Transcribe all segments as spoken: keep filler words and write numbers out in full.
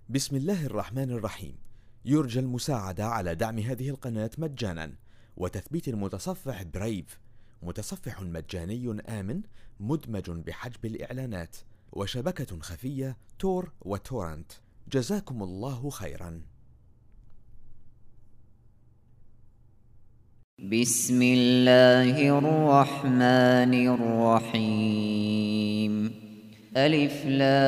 بسم الله الرحمن الرحيم. يرجى المساعدة على دعم هذه القناة مجانا وتثبيت المتصفح برايف، متصفح مجاني آمن مدمج بحجب الإعلانات، وشبكة خفية تور وتورنت. جزاكم الله خيرا. بسم الله الرحمن الرحيم. ألف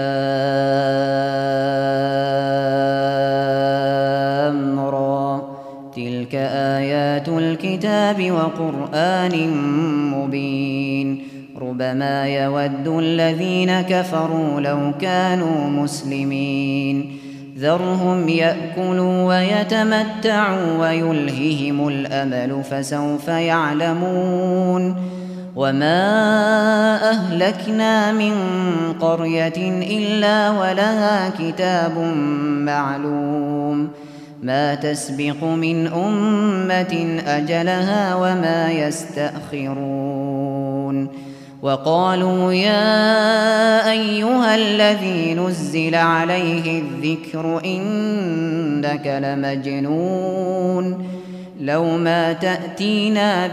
لام را، تلك آيات الكتاب وقرآن مبين. ربما يود الذين كفروا لو كانوا مسلمين. ذرهم يأكلوا ويتمتعوا ويلههم الأمل فسوف يعلمون. وما أهلكنا من قرية إلا ولها كتاب معلوم، ما تسبق من أمة أجلها وما يستأخرون. وقالوا يا أيها الذي نزل عليه الذكر إنك لمجنون، لو ما تأتينا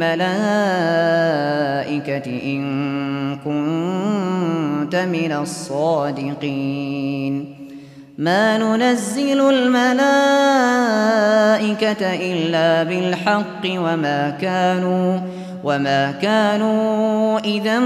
بالملائكة إن كنت من الصادقين. ما ننزل الملائكة إلا بالحق وما كانوا وما كانوا إذا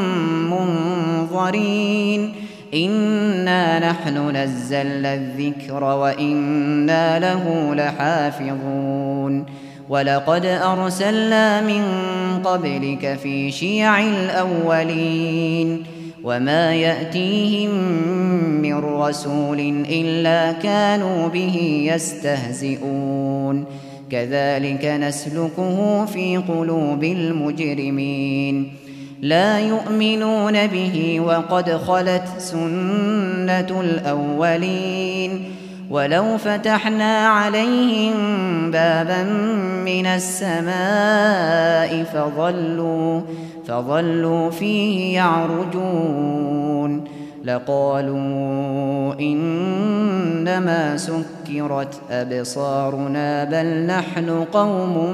منظرين. إنا نحن نزلنا الذكر وإنا له لحافظون. ولقد أرسلنا من قبلك في شيع الأولين، وما يأتيهم من رسول إلا كانوا به يستهزئون. كذلك نسلكه في قلوب المجرمين. لا يؤمنون به وقد خلت سنة الأولين. ولو فتحنا عليهم بابا من السماء فظلوا, فظلوا فيه يعرجون لقالوا إنما سكرت أبصارنا بل نحن قوم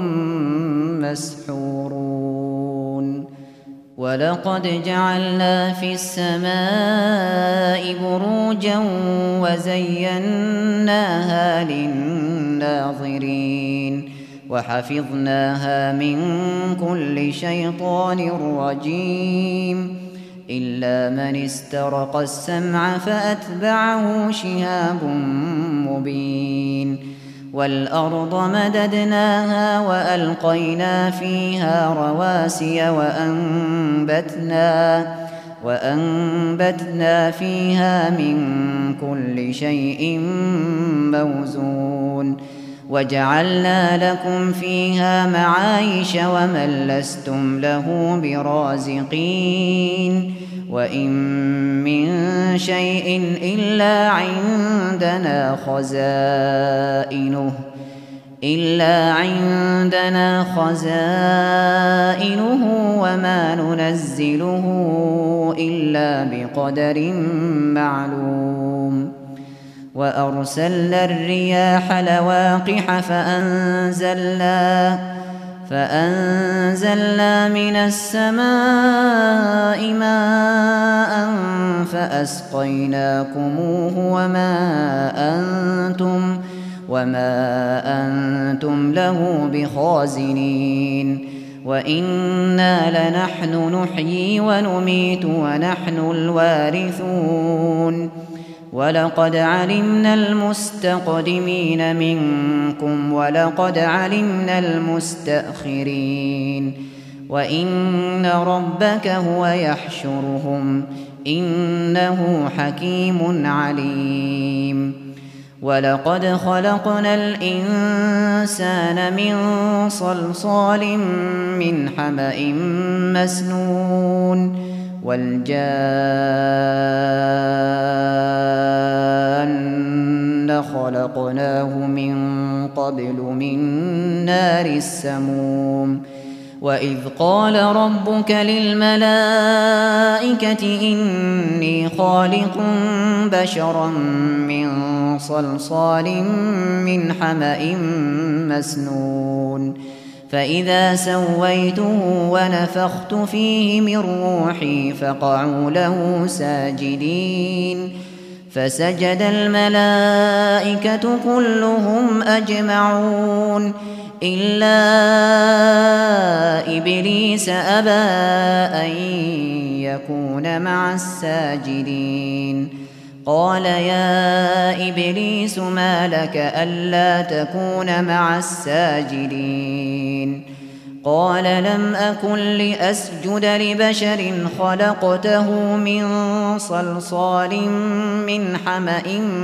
مسحورون. ولقد جعلنا في السماء بروجا وزيناها للناظرين وحفظناها من كل شيطان رجيم إلا من استرق السمع فأتبعه شهاب مبين. والأرض مددناها وألقينا فيها رواسي وأنبتنا, وأنبتنا فيها من كل شيء موزون. وجعلنا لكم فيها معايش ومن لستم له برازقين. وإن من شيء إلا عندنا خزائنه إلا عندنا خزائنه وما ننزله إلا بقدر معلوم. وأرسلنا الرياح لواقح فأنزلنا فأنزلنا من السماء ماء فأسقيناكموه وما أنتم وما أنتم له بخازنين. وإنا لنحن نحيي ونميت ونحن الوارثون. ولقد علمنا المستقدمين منكم ولقد علمنا المستأخرين. وإن ربك هو يحشرهم إنه حكيم عليم. ولقد خلقنا الإنسان من صلصال من حمأ مسنون. والجان خلقناه من قبل من نار السموم. وإذ قال ربك للملائكة إني خالق بشرا من صلصال من حمأ مسنون فإذا سويته ونفخت فيه من روحي فقعوا له ساجدين فسجد الملائكة كلهم أجمعون إلا إبليس أبى أن يكون مع الساجدين قال يا إبليس ما لك ألا تكون مع الساجدين قال لم أكن لأسجد لبشر خلقته من صلصال من حمأ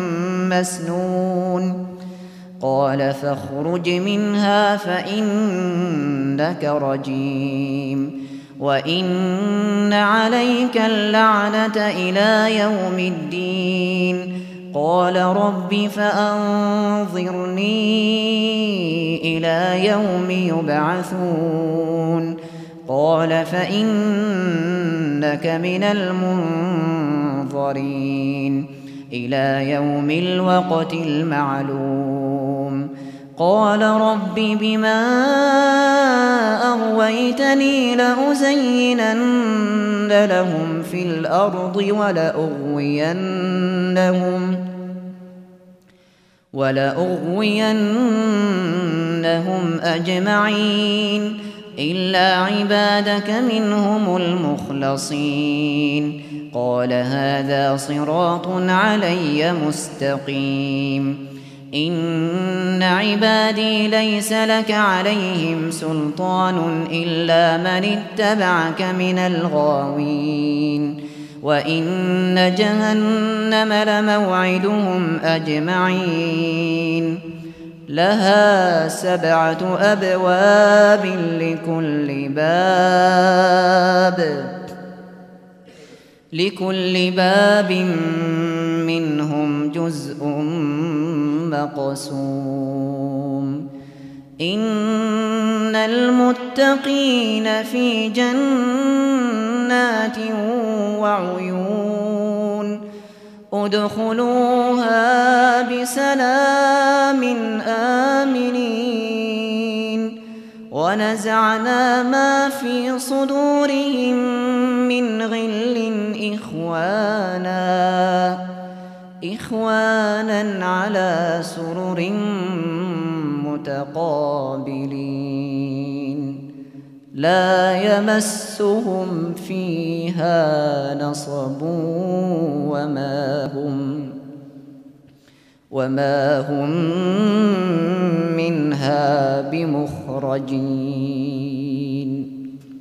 مسنون قال فاخرج منها فإنك رجيم وإن عليك اللعنة إلى يوم الدين قال رب فأنظرني إلى يوم يبعثون قال فإنك من المنظرين إلى يوم الوقت المعلوم قال رب بما أغويتني لأزينن لهم في الأرض ولأغوينهم ولأغوينهم أجمعين إلا عبادك منهم المخلصين قال هذا صراط علي مستقيم إن عبادي ليس لك عليهم سلطان إلا من اتبعك من الغاوين وإن جهنم لموعدهم أجمعين لها سبعة أبواب لكل باب لكل باب منهم جزء مقسوم إن المتقين في جنات وعيون ادخلوها بسلام آمنين ونزعنا ما في صدورهم من غل إخوانا إخوانا على سرر متقابلين لا يمسهم فيها نصب وما هم وما هم منها بمخرجين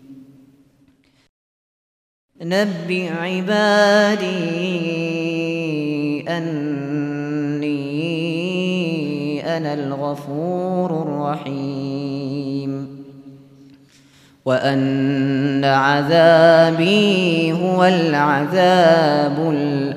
نبئ عبادي أني أنا الغفور الرحيم وأن عذابي هو العذاب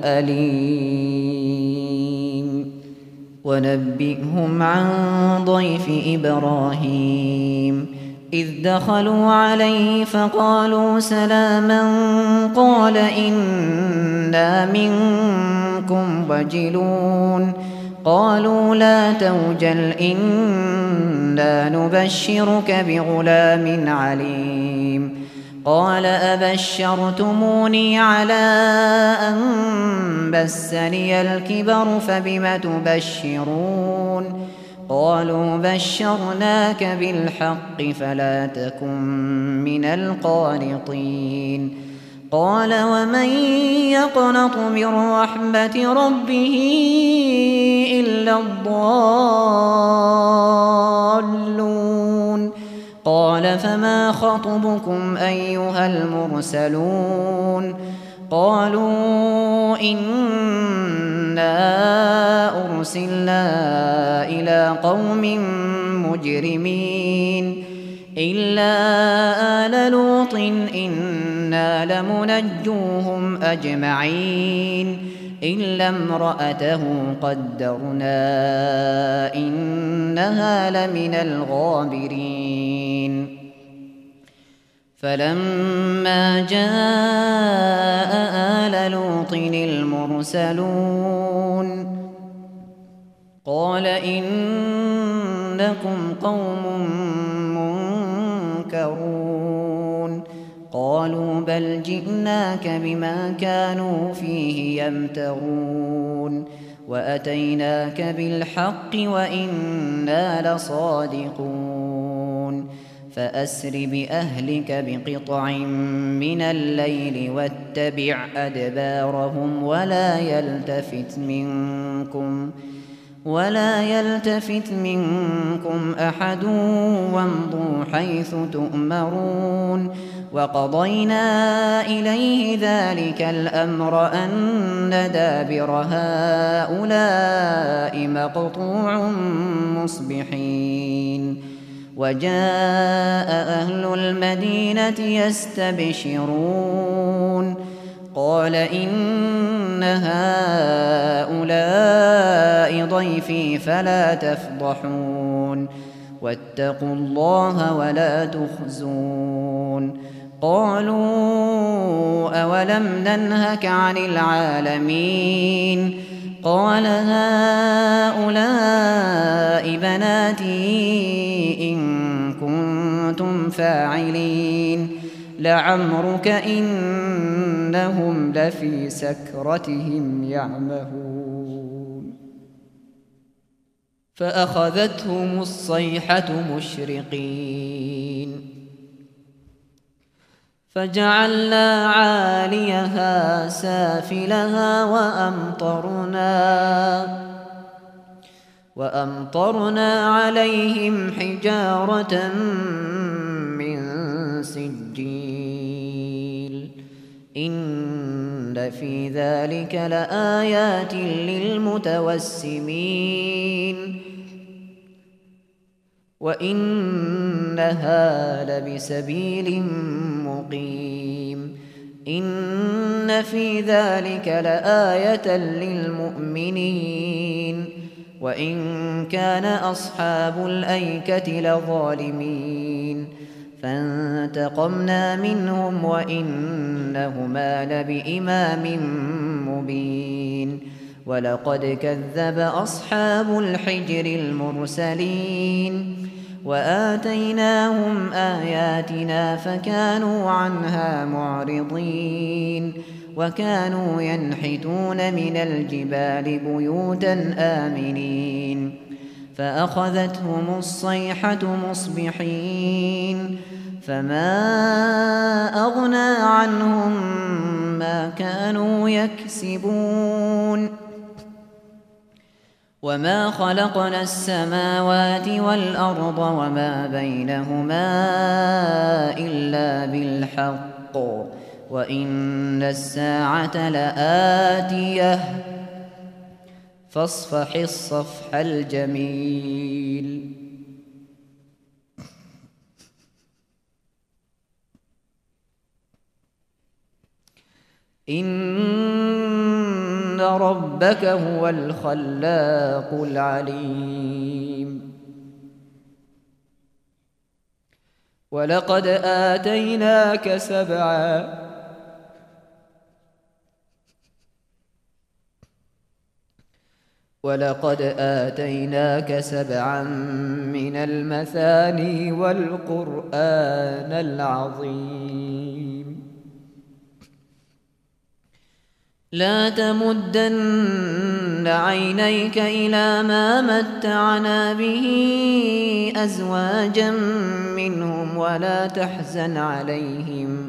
الأليم ونبئهم عن ضيف إبراهيم إذ دخلوا عليه فقالوا سلاما قال إنا منكم وجلون قالوا لا توجل إنا نبشرك بغلام عليم قال أبشرتموني على أن مسني الكبر فبم تبشرون قالوا بشرناك بالحق فلا تكن من القانطين قال ومن يقنط من رحمة ربه إلا الضالون قال فما خطبكم أيها المرسلون قالوا إنا أرسلنا إلى قوم مجرمين إلا آل لوط إنا لمنجوهم أجمعين إلا امرأته قدرنا إنها لمن الغابرين فلما جاء آل لوط المرسلون قال إنكم قوم منكرون قالوا بل جئناك بما كانوا فيه يمترون وأتيناك بالحق وإنا لصادقون فأسر بأهلك بقطع من الليل واتبع أدبارهم ولا يلتفت منكم ولا يلتفت منكم أحد وامضوا حيث تؤمرون وقضينا إليه ذلك الأمر أن دابر هؤلاء مقطوع مصبحين وجاء أهل المدينة يستبشرون قال إن هؤلاء ضيفي فلا تفضحون واتقوا الله ولا تخزون قالوا أولم ننهك عن العالمين قال هؤلاء بناتي إن كنتم فاعلين لعمرك إنهم لفي سكرتهم يعمهون فأخذتهم الصيحة مشرقين فجعلنا عاليها سافلها وأمطرنا وأمطرنا عليهم حجارة من سجيل إن في ذلك لآيات للمتوسمين وإنها لبسبيل مقيم إن في ذلك لآية للمؤمنين وإن كان أصحاب الأيكة لظالمين فانتقمنا منهم وإنهما لبإمام مبين ولقد كذب أصحاب الحجر المرسلين وآتيناهم آياتنا فكانوا عنها معرضين وكانوا ينحتون من الجبال بيوتا آمنين فأخذتهم الصيحة مصبحين فما أغنى عنهم ما كانوا يكسبون وما خلقنا السماوات والأرض وما بينهما إلا بالحق وإن الساعة لآتية فاصفح الصفح الجميل إن ربك هو الخلاق العليم ولقد آتيناك سبعا ولقد آتيناك سبعا من المثاني والقرآن العظيم لا تمدن عينيك إلى ما متعنا به أزواجا منهم ولا تحزن عليهم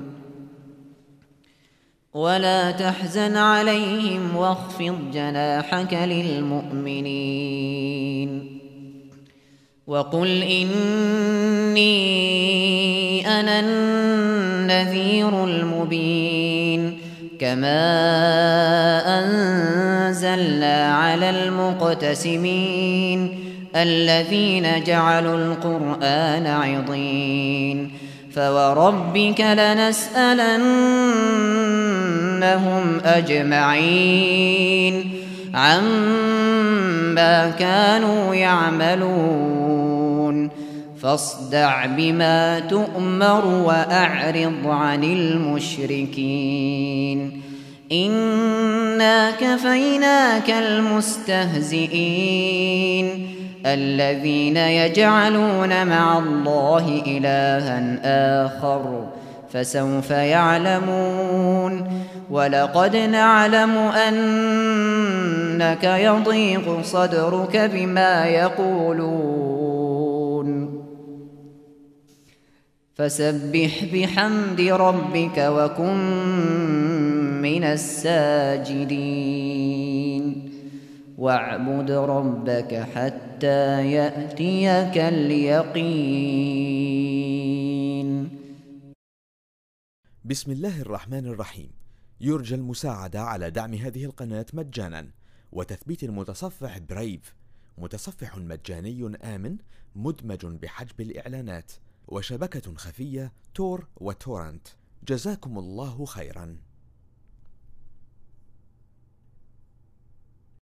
ولا تحزن عليهم واخفض جناحك للمؤمنين وقل إني أنا النذير المبين كما أنزلنا على المقتسمين الذين جعلوا القرآن عضين فوربك لنسألنهم أجمعين عما كانوا يعملون فاصدع بما تؤمر وأعرض عن المشركين إنا كفيناك المستهزئين الذين يجعلون مع الله إلها آخر فسوف يعلمون ولقد نعلم أنك يضيق صدرك بما يقولون فسبح بحمد ربك وكن من الساجدين واعبد ربك حتى يأتيك اليقين. بسم الله الرحمن الرحيم. يرجى المساعدة على دعم هذه القناة مجانا وتثبيت المتصفح برايف، متصفح مجاني آمن مدمج بحجب الإعلانات، وشبكة خفية تور وتورنت. جزاكم الله خيرا.